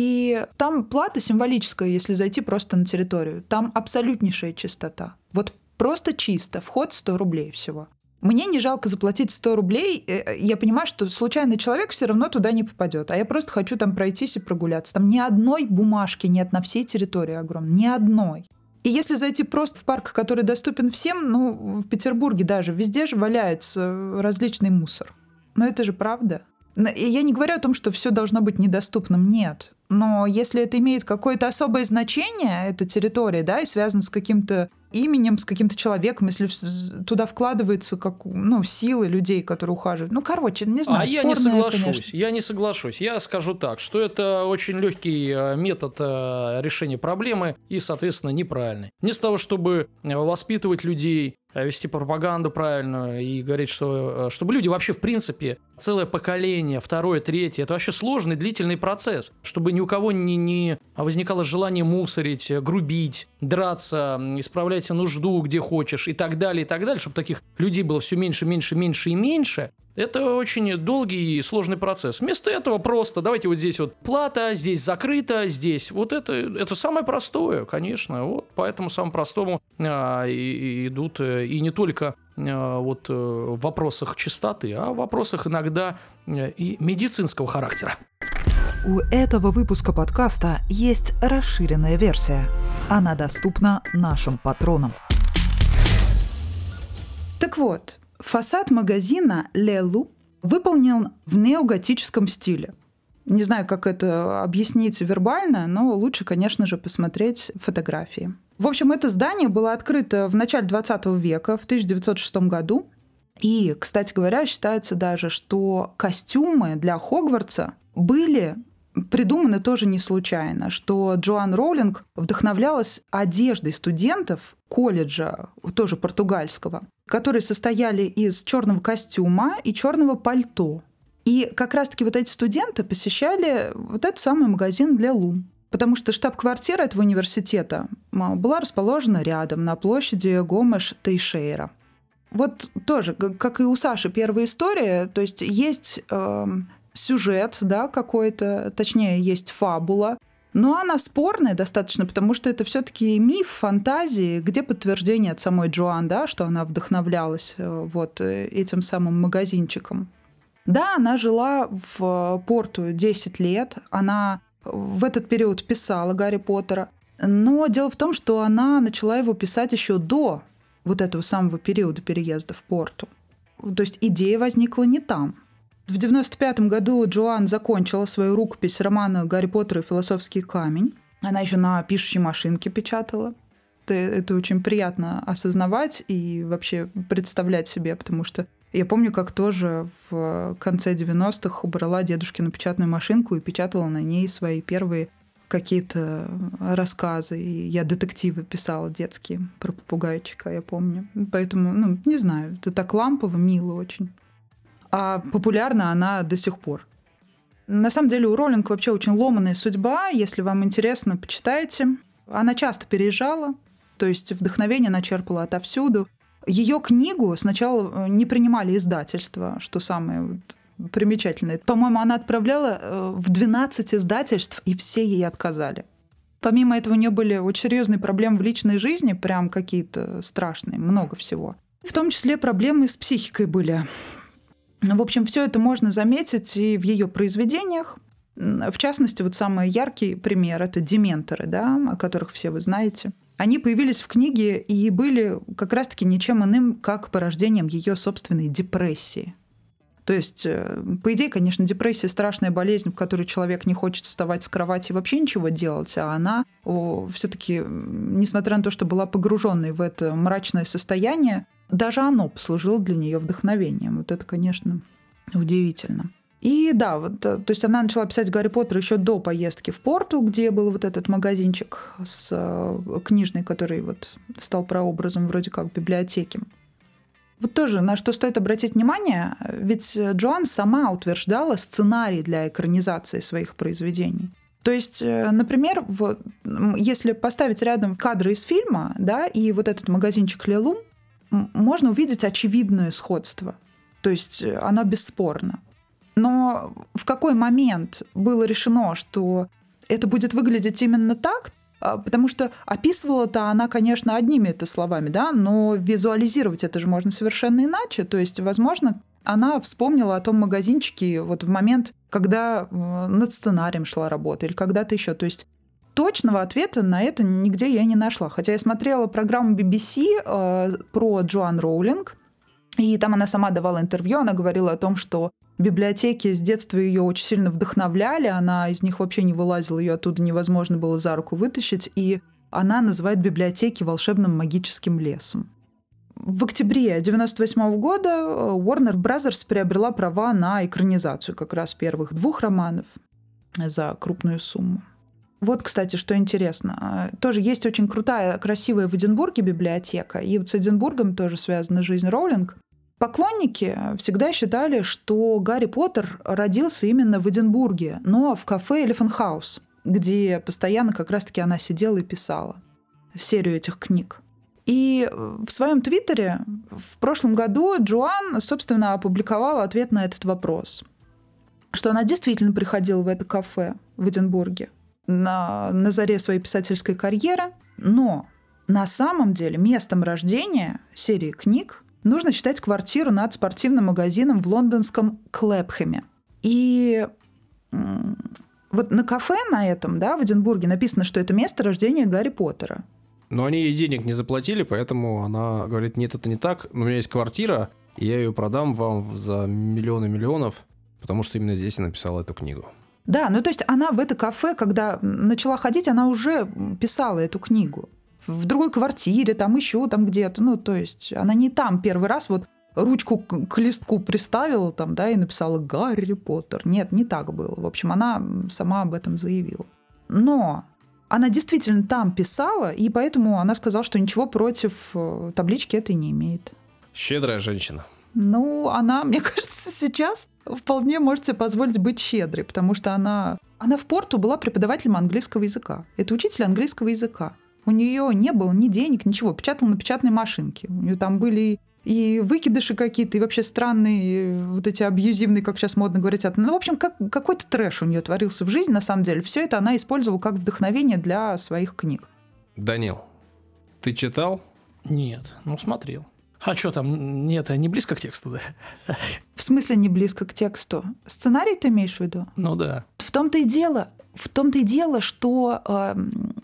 и там плата символическая, если зайти просто на территорию. Там абсолютнейшая чистота. Вот просто чисто. Вход сто рублей всего. Мне не жалко заплатить сто рублей. Я понимаю, что случайный человек все равно туда не попадет. А я просто хочу там пройтись и прогуляться. Там ни одной бумажки нет на всей территории огромной. Ни одной. И если зайти просто в парк, который доступен всем, ну, в Петербурге даже, везде же валяется различный мусор. Но это же правда. И я не говорю о том, что все должно быть недоступным. Нет. Но если это имеет какое-то особое значение, эта территория, да, и связано с каким-то именем, с каким-то человеком, если туда вкладываются как, ну, силы людей, которые ухаживают. Ну, короче, не знаю. А я не спорное, соглашусь. конечно. Я не соглашусь. Я скажу так, что это очень легкий метод решения проблемы и, соответственно, неправильный. Не с того, чтобы воспитывать людей, вести пропаганду правильную и говорить, что чтобы люди вообще, в принципе, целое поколение, второе, третье, это вообще сложный, длительный процесс, чтобы ни у кого не, не возникало желание мусорить, грубить, драться, исправлять нужду где хочешь и так далее, и так далее, чтобы таких людей было все меньше, меньше, меньше и меньше. Это очень долгий и сложный процесс. Вместо этого просто давайте вот здесь вот плата, здесь закрыто, здесь вот это, это самое простое, конечно. Вот поэтому самому простому а, и, и идут и не только а, вот в вопросах чистоты, а в вопросах иногда и медицинского характера. У этого выпуска подкаста есть расширенная версия. Она доступна нашим патронам. Так вот, фасад магазина Le Loup выполнен в неоготическом стиле. Не знаю, как это объяснить вербально, но лучше, конечно же, посмотреть фотографии. В общем, это здание было открыто в начале двадцатого века, в тысяча девятьсот шестом году. И, кстати говоря, считается даже, что костюмы для Хогвартса были придуманы тоже не случайно, что Джоан Роулинг вдохновлялась одеждой студентов колледжа, тоже португальского, которые состояли из черного костюма и черного пальто. И как раз-таки вот эти студенты посещали вот этот самый магазин Le Loup, потому что штаб-квартира этого университета была расположена рядом, на площади Гомеш-Тейшейра. Вот тоже, как и у Саши первая история, то есть есть э, сюжет, да, какой-то, точнее, есть фабула, но она спорная достаточно, потому что это все-таки миф, фантазии, где подтверждение от самой Джоан, да, что она вдохновлялась э, вот этим самым магазинчиком. Да, она жила в Порту десять лет, она в этот период писала Гарри Поттера, но дело в том, что она начала его писать еще до вот этого самого периода переезда в Порту. То есть идея возникла не там. В девяносто пятом году Джоан закончила свою рукопись романа «Гарри Поттер и философский камень». Она еще на пишущей машинке печатала. Это, это очень приятно осознавать и вообще представлять себе, потому что я помню, как тоже в конце девяностых убрала дедушкину печатную машинку и печатала на ней свои первые какие-то рассказы. И я детективы писала детские про попугайчика, я помню. Поэтому, ну, не знаю, это так лампово, мило очень. А популярна она до сих пор. На самом деле у Роулинг вообще очень ломаная судьба. Если вам интересно, почитайте. Она часто переезжала, то есть вдохновение она черпала отовсюду. Ее книгу сначала не принимали издательства, что самое вот примечательное. По-моему, она отправляла в двенадцать издательств, и все ей отказали. Помимо этого, у нее были очень серьезные проблемы в личной жизни, прям какие-то страшные, много всего. В том числе проблемы с психикой были. В общем, все это можно заметить и в ее произведениях. В частности, вот самый яркий пример — это дементоры, да, о которых все вы знаете. Они появились в книге и были как раз-таки ничем иным, как порождением ее собственной депрессии. То есть, по идее, конечно, депрессия — страшная болезнь, в которой человек не хочет вставать с кровати и вообще ничего делать, а она все-таки, несмотря на то, что была погруженной в это мрачное состояние, даже оно послужило для нее вдохновением. Вот это, конечно, удивительно. И да, вот, то есть она начала писать Гарри Поттера еще до поездки в Порту, где был вот этот магазинчик с книжной, который вот стал прообразом вроде как библиотеки. Вот тоже на что стоит обратить внимание, ведь Джоан сама утверждала сценарий для экранизации своих произведений. То есть, например, вот, если поставить рядом кадры из фильма, да, и вот этот магазинчик Le Loup, можно увидеть очевидное сходство. То есть оно бесспорно. Но в какой момент было решено, что это будет выглядеть именно так? Потому что описывала-то она, конечно, одними это словами, да, но визуализировать это же можно совершенно иначе. То есть, возможно, она вспомнила о том магазинчике вот в момент, когда над сценарием шла работа или когда-то еще. То есть точного ответа на это нигде я не нашла. Хотя я смотрела программу би би си э, про Джоан Роулинг, и там она сама давала интервью, она говорила о том, что библиотеки с детства ее очень сильно вдохновляли, она из них вообще не вылазила, ее оттуда невозможно было за руку вытащить, и она называет библиотеки волшебным магическим лесом. В октябре девяносто восьмого года Warner Brothers приобрела права на экранизацию как раз первых двух романов за крупную сумму. Вот, кстати, что интересно. Тоже есть очень крутая, красивая в Эдинбурге библиотека, и вот с Эдинбургом тоже связана жизнь Роулинг. Поклонники всегда считали, что Гарри Поттер родился именно в Эдинбурге, но в кафе Elephant House, где постоянно как раз-таки она сидела и писала серию этих книг. И в своем твиттере в прошлом году Джоан, собственно, опубликовала ответ на этот вопрос, что она действительно приходила в это кафе в Эдинбурге на, на заре своей писательской карьеры, но на самом деле местом рождения серии книг нужно считать квартиру над спортивным магазином в лондонском Клэпхэме. И Вот на кафе на этом, да, в Эдинбурге написано, что это место рождения Гарри Поттера. Но они ей денег не заплатили, поэтому она говорит, нет, это не так. У меня есть квартира, и я ее продам вам за миллионы миллионов, потому что именно здесь я написала эту книгу. Да, ну то есть она в это кафе, когда начала ходить, она уже писала эту книгу. В другой квартире, там еще там где-то. Ну, то есть она не там первый раз вот ручку к, к листку приставила там, да, и написала «Гарри Поттер». Нет, не так было. В общем, она сама об этом заявила. Но она действительно там писала, и поэтому она сказала, что ничего против таблички этой не имеет. Щедрая женщина. Ну, она, мне кажется, сейчас вполне может себе позволить быть щедрой, потому что она, она в Порту была преподавателем английского языка. Это учитель английского языка. У нее не было ни денег, ничего. Печатала на печатной машинке. У нее там были и выкидыши какие-то, и вообще странные, вот эти абьюзивные, как сейчас модно говорить. Ну, в общем, как, какой-то трэш у нее творился в жизни, на самом деле. Все это она использовала как вдохновение для своих книг. Данил, ты читал? Нет, ну смотрел. А что там, нет, не близко к тексту, да? В смысле не близко к тексту? Сценарий ты имеешь в виду? Ну да. В том-то и дело, в том-то и дело, что э,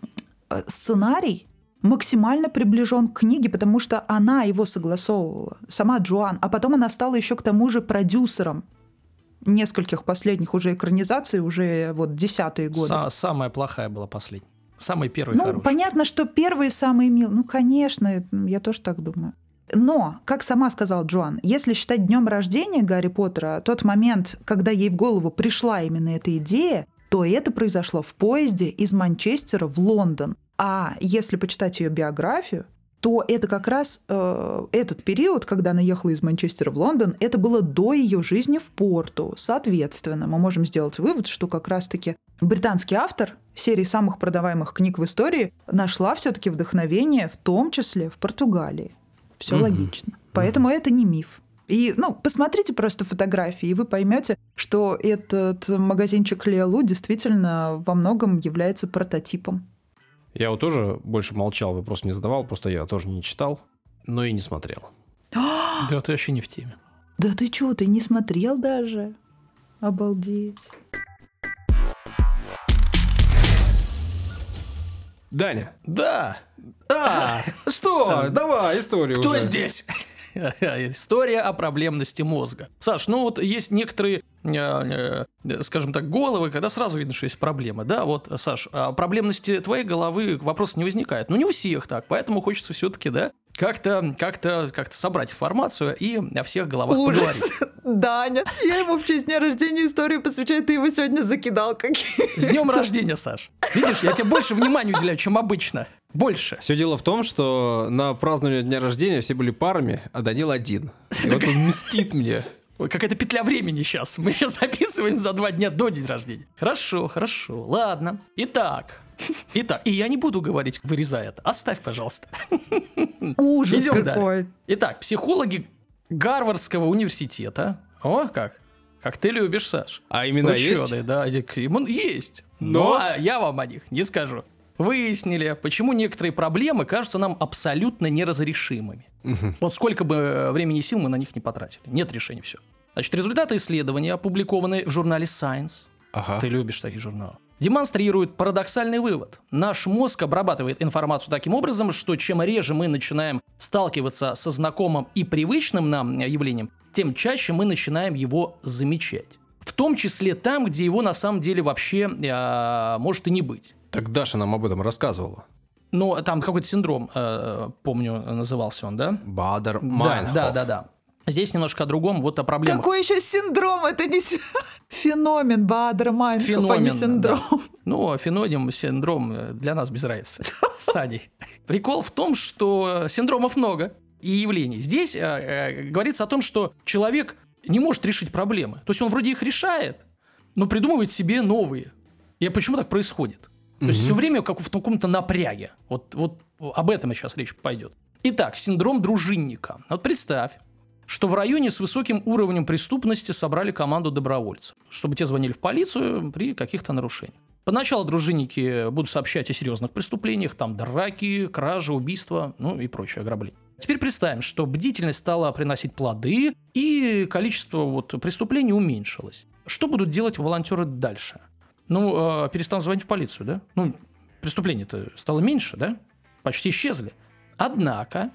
сценарий максимально приближен к книге, потому что она его согласовывала, сама Джоан, а потом она стала еще к тому же продюсером нескольких последних уже экранизаций, уже вот десятые годы. Са- самая плохая была последняя. Самый первый ну, хороший. Понятно, что первые самые милые. Ну, конечно, я тоже так думаю. Но, как сама сказала Джоан, если считать днем рождения Гарри Поттера, тот момент, когда ей в голову пришла именно эта идея, то это произошло в поезде из Манчестера в Лондон. А если почитать ее биографию, то это как раз э, этот период, когда она ехала из Манчестера в Лондон, это было до ее жизни в Порту. Соответственно, мы можем сделать вывод, что как раз-таки британский автор серии самых продаваемых книг в истории нашла все-таки вдохновение, в том числе в Португалии. Все mm-hmm. логично. Поэтому mm-hmm. это не миф. И, ну, посмотрите просто фотографии, и вы поймете, что этот магазинчик Лиалу действительно во многом является прототипом. Я вот тоже больше молчал, вопрос не задавал, просто я тоже не читал, но и не смотрел. Да ты вообще не в теме. Да ты чего, ты не смотрел даже? Обалдеть. Даня. Да. А, что? Давай историю Кто уже. здесь? История о проблемности мозга. Саш, ну вот есть некоторые, э, э, скажем так, головы, когда сразу видно, что есть проблема. Да, вот, Саш, о проблемности твоей головы вопрос не возникает. Ну, не у всех так, поэтому хочется все-таки, да, как-то, как-то, как-то собрать информацию и о всех головах Ужас. поговорить. Даня, я ему в честь дня рождения историю посвящаю, ты его сегодня закидал какие. С днем рождения, Саш. Видишь, я тебе больше внимания уделяю, чем обычно. Больше. Все дело в том, что на празднование дня рождения все были парами, а Данил один. И вот он мстит мне. Ой, какая-то петля времени сейчас. Мы сейчас записываем за два дня до дня рождения. Хорошо, хорошо, ладно. Итак, итак, и я не буду говорить, вырезай это. Оставь, пожалуйста. Ужас Идем какой. далее. Итак, психологи Гарвардского университета. О, как. Как ты любишь, Саш. А имена есть? Ученые, да, есть. Но? Но я вам о них не скажу. Выяснили, почему некоторые проблемы кажутся нам абсолютно неразрешимыми. Угу. Вот сколько бы времени и сил мы на них не потратили. Нет решения, все. Значит, результаты исследования, опубликованные в журнале Science, ага. Ты любишь такие журналы, демонстрируют парадоксальный вывод. Наш мозг обрабатывает информацию таким образом, что чем реже мы начинаем сталкиваться со знакомым и привычным нам явлением, тем чаще мы начинаем его замечать. В том числе там, где его на самом деле вообще э, может и не быть. Так Даша нам об этом рассказывала. Ну, там какой-то синдром, э, помню, назывался он, да? Бадер-Майнхоф. Да, да, да, да. Здесь немножко о другом, вот о проблемах. Какой еще синдром? Это не феномен Бадер-Майнхоф, а не синдром. Да. Ну, феноним, синдром для нас без разницы. С Аней. Прикол в том, что синдромов много и явлений. Здесь э, э, говорится о том, что человек не может решить проблемы. То есть он вроде их решает, но придумывает себе новые. И почему так происходит? То есть все время как в каком-то напряге. Вот, вот об этом сейчас речь пойдет. Итак, синдром дружинника. Вот представь, что в районе с высоким уровнем преступности собрали команду добровольцев, чтобы те звонили в полицию при каких-то нарушениях. Поначалу дружинники будут сообщать о серьезных преступлениях, там драки, кражи, убийства, ну и прочее ограбление. Теперь представим, что бдительность стала приносить плоды, и количество вот преступлений уменьшилось. Что будут делать волонтеры дальше? Ну, э, перестанут звонить в полицию, да? Ну, преступлений-то стало меньше, да? Почти исчезли. Однако,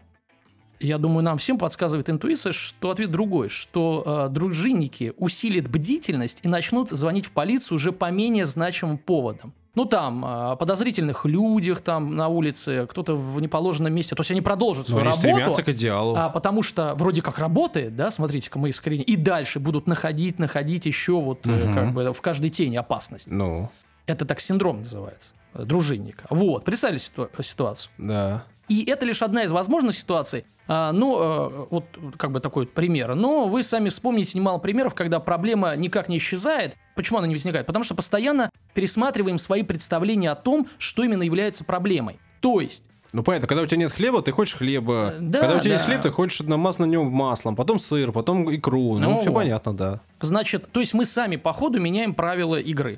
я думаю, нам всем подсказывает интуиция, что ответ другой, что э, дружинники усилят бдительность и начнут звонить в полицию уже по менее значимым поводам. Ну, там, о подозрительных людях там на улице, кто-то в неположенном месте. То есть они продолжат свою Но они работу. стремятся к идеалу. А, потому что вроде как работает, да, смотрите-ка, мы искренне. И дальше будут находить, находить еще вот Угу. как бы в каждой тени опасность. Ну, Это так синдром называется, дружинника. Вот, представили ситу- ситуацию. да. И это лишь одна из возможных ситуаций. А, ну, а, вот как бы такой вот пример. Но вы сами вспомните немало примеров, когда проблема никак не исчезает. Почему она не возникает? Потому что постоянно пересматриваем свои представления о том, что именно является проблемой. То есть... Ну, понятно, когда у тебя нет хлеба, ты хочешь хлеба. Э, да, когда у тебя да. есть хлеб, ты хочешь намазать на нем маслом, потом сыр, потом икру. Ну, Ну все вот. понятно, да. Значит, то есть мы сами по ходу меняем правила игры.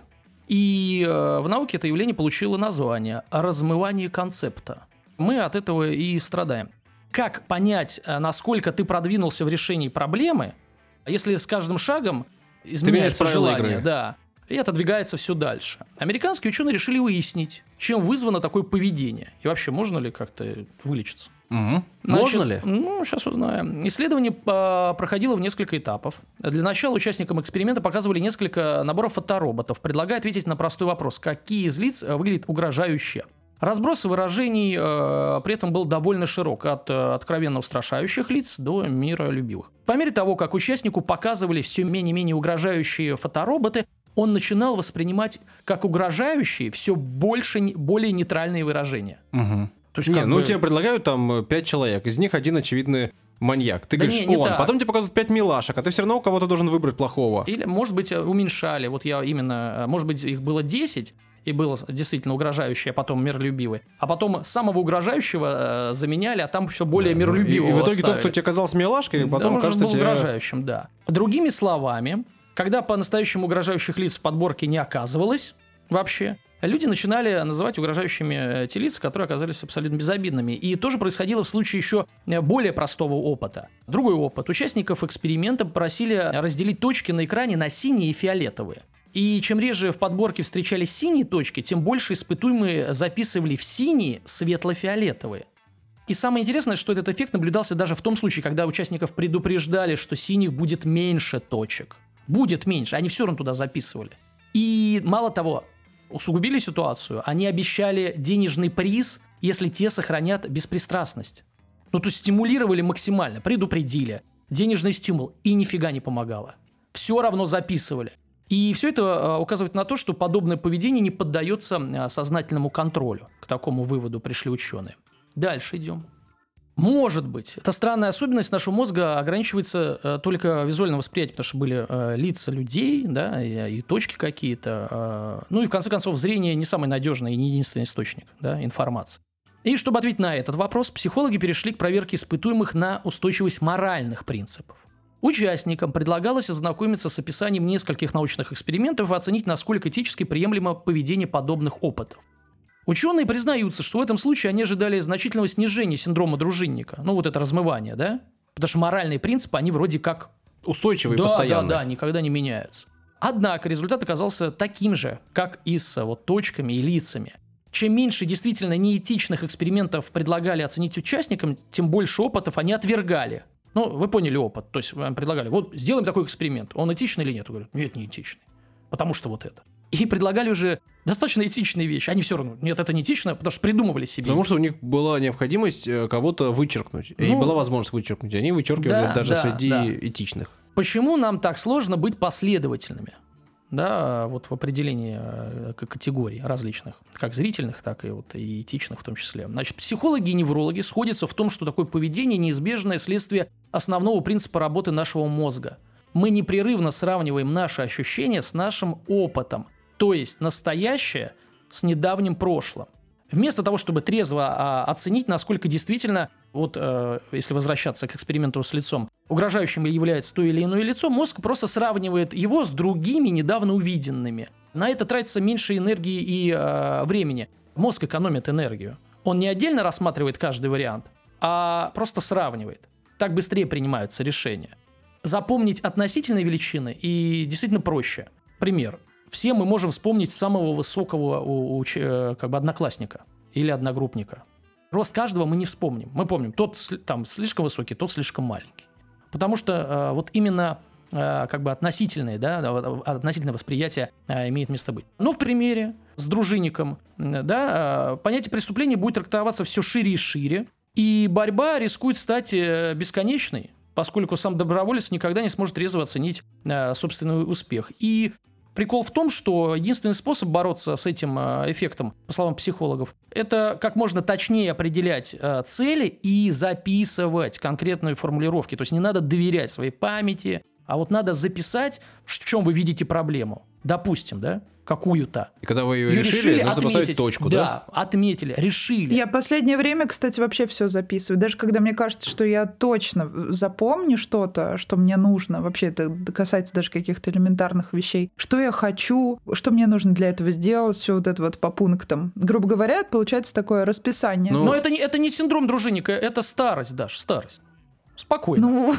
И э, в науке это явление получило название «размывание концепта». Мы от этого и страдаем. Как понять, э, насколько ты продвинулся в решении проблемы, если с каждым шагом изменяется правила желание, игры. да, и отодвигается все дальше. Американские ученые решили выяснить, чем вызвано такое поведение. И вообще, можно ли как-то вылечиться? Угу. Значит, Можно ли? Ну, сейчас узнаем. Исследование а, проходило в несколько этапов. Для начала участникам эксперимента показывали несколько наборов фотороботов, предлагая ответить на простой вопрос: какие из лиц а, выглядят угрожающе. Разброс выражений а, при этом был довольно широк, от а, откровенно устрашающих лиц до миролюбивых. По мере того, как участнику показывали все менее-менее угрожающие фотороботы, он начинал воспринимать как угрожающие все больше, более нейтральные выражения. Угу. То есть, Не, как ну бы- тебе предлагают там пять человек, из них один очевидный маньяк. Ты Да говоришь, не, не он, так. потом тебе показывают пять милашек, а ты все равно у кого-то должен выбрать плохого. Или, может быть, уменьшали. Вот я именно, может быть, их было десять, и было действительно угрожающее, а потом миролюбивый. А потом самого угрожающего э, заменяли, а там все более Да, миролюбивого И, и в итоге оставили. тот, кто тебе казался милашкой, Да, потом он же кажется был тебе... угрожающим, да. Другими словами, когда по-настоящему угрожающих лиц в подборке не оказывалось вообще, люди начинали называть угрожающими э, те лица, которые оказались абсолютно безобидными. И тоже происходило в случае еще э, более простого опыта. Другой опыт. Участников эксперимента просили разделить точки на экране на синие и фиолетовые. И чем реже в подборке встречались синие точки, тем больше испытуемые записывали в синие светло-фиолетовые. И самое интересное, что этот эффект наблюдался даже в том случае, когда участников предупреждали, что синих будет меньше точек. Будет меньше, они все равно туда записывали. И мало того, усугубили ситуацию, они обещали денежный приз, если те сохранят беспристрастность. Ну, то есть стимулировали максимально, предупредили, денежный стимул, и нифига не помогало. Все равно записывали. И все это э, указывает на то, что подобное поведение не поддается э, сознательному контролю. К такому выводу пришли ученые. Дальше идем. Может быть, эта странная особенность нашего мозга ограничивается э, только визуальным восприятием, потому что были э, лица людей, да, и, и точки какие-то. Э, ну и в конце концов зрение не самый надежный и не единственный источник, да, информации. И чтобы ответить на этот вопрос, психологи перешли к проверке испытуемых на устойчивость моральных принципов. Участникам предлагалось ознакомиться с описанием нескольких научных экспериментов и оценить, насколько этически приемлемо поведение подобных опытов. Ученые признаются, что в этом случае они ожидали значительного снижения синдрома дружинника. Ну, вот это размывание, да? Потому что моральные принципы, они вроде как... Устойчивый, да, постоянный. Да, да, никогда не меняются. Однако результат оказался таким же, как и с вот, точками и лицами. Чем меньше действительно неэтичных экспериментов предлагали оценить участникам, тем больше опытов они отвергали. Ну, вы поняли опыт. То есть вам предлагали, вот сделаем такой эксперимент. Он этичный или нет? Говорят, нет, не этичный. Потому что вот это. И предлагали уже достаточно этичные вещи. Они все равно, нет, это не этично, потому что придумывали себе. Потому что у них была необходимость э, кого-то вычеркнуть. И Ну, была возможность вычеркнуть. Они вычеркивали да, даже да, среди да. этичных. Почему нам так сложно быть последовательными? Да, вот в определении э, к- категорий различных, как зрительных, так и, вот, и этичных в том числе. Значит, психологи и неврологи сходятся в том, что такое поведение – неизбежное следствие основного принципа работы нашего мозга. Мы непрерывно сравниваем наши ощущения с нашим опытом, то есть настоящее с недавним прошлым. Вместо того, чтобы трезво а, оценить, насколько действительно, вот э, если возвращаться к эксперименту с лицом, угрожающим является то или иное лицо, мозг просто сравнивает его с другими недавно увиденными. На это тратится меньше энергии и э, времени. Мозг экономит энергию. Он не отдельно рассматривает каждый вариант, а просто сравнивает. Так быстрее принимаются решения. Запомнить относительные величины и действительно проще. Пример. все мы можем вспомнить самого высокого у, у, как бы одноклассника или одногруппника. Рост каждого мы не вспомним. Мы помним, тот там слишком высокий, тот слишком маленький. Потому что э, вот именно э, как бы относительное, да, относительное восприятие э, имеет место быть. Но в примере с дружинником, да, э, понятие преступления будет трактоваться все шире и шире, и борьба рискует стать бесконечной, поскольку сам доброволец никогда не сможет трезво оценить э, собственный успех. И прикол в том, что единственный способ бороться с этим эффектом, по словам психологов, это как можно точнее определять цели и записывать конкретные формулировки. То есть не надо доверять своей памяти, а вот надо записать, в чем вы видите проблему. Допустим, да, какую-то. И когда вы ее, ее решили, решили, нужно отметить. поставить точку, да? Да, отметили, решили. Я последнее время, кстати, вообще все записываю. Даже когда мне кажется, что я точно запомню что-то, что мне нужно, вообще это касается даже каких-то элементарных вещей, что я хочу, что мне нужно для этого сделать, все вот это вот по пунктам. Грубо говоря, получается такое расписание. Ну, Но это не, это не синдром дружинника, это старость, Даш, старость. Спокойно. Ну,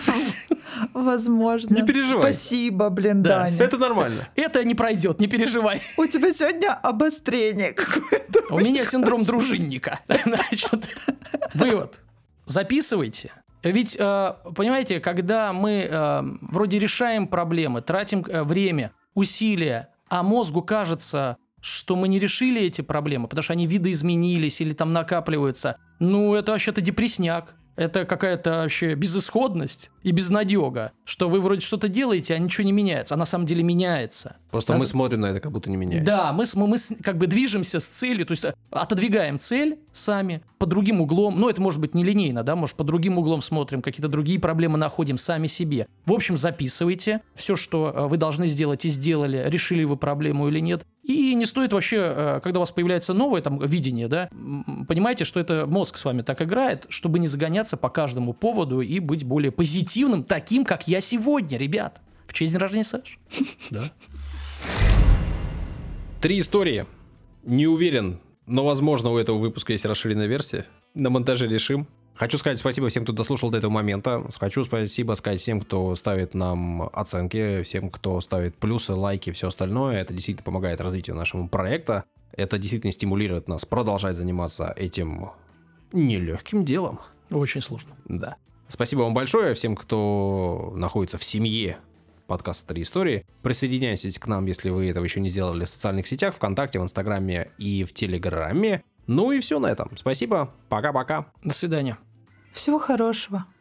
возможно. Не переживай. Спасибо, блин, Да, Даня. Это нормально. Это не пройдет, не переживай. У тебя сегодня обострение какое-то. У меня синдром дружинника. Значит, вывод. Записывайте. Ведь, понимаете, когда мы вроде решаем проблемы, тратим время, усилия, а мозгу кажется, что мы не решили эти проблемы, потому что они видоизменились или там накапливаются, ну, это вообще-то депрессняк. Это какая-то вообще безысходность и безнадега, что вы вроде что-то делаете, а ничего не меняется, а на самом деле меняется. Просто Нас... мы смотрим на это, как будто не меняется. Да, мы, мы, мы как бы движемся с целью, то есть отодвигаем цель сами под другим углом, ну это может быть нелинейно, да, может под другим углом смотрим, какие-то другие проблемы находим сами себе. В общем, записывайте все, что вы должны сделать и сделали, решили вы проблему или нет. И не стоит вообще, когда у вас появляется новое там видение, да, понимаете, что это мозг с вами так играет, чтобы не загоняться по каждому поводу и быть более позитивным, таким, как я сегодня, ребят. В честь дня рождения Саши. Да. Три истории. Не уверен, но, возможно, у этого выпуска есть расширенная версия. На монтаже решим. Хочу сказать спасибо всем, кто дослушал до этого момента. Хочу спасибо сказать всем, кто ставит нам оценки, всем, кто ставит плюсы, лайки и все остальное. Это действительно помогает развитию нашего проекта. Это действительно стимулирует нас продолжать заниматься этим нелегким делом. Очень сложно. Да. Спасибо вам большое всем, кто находится в семье подкаста «Три истории». Присоединяйтесь к нам, если вы этого еще не сделали, в социальных сетях, ВКонтакте, в Инстаграме и в Телеграме. Ну и все на этом. Спасибо. Пока-пока. До свидания. Всего хорошего.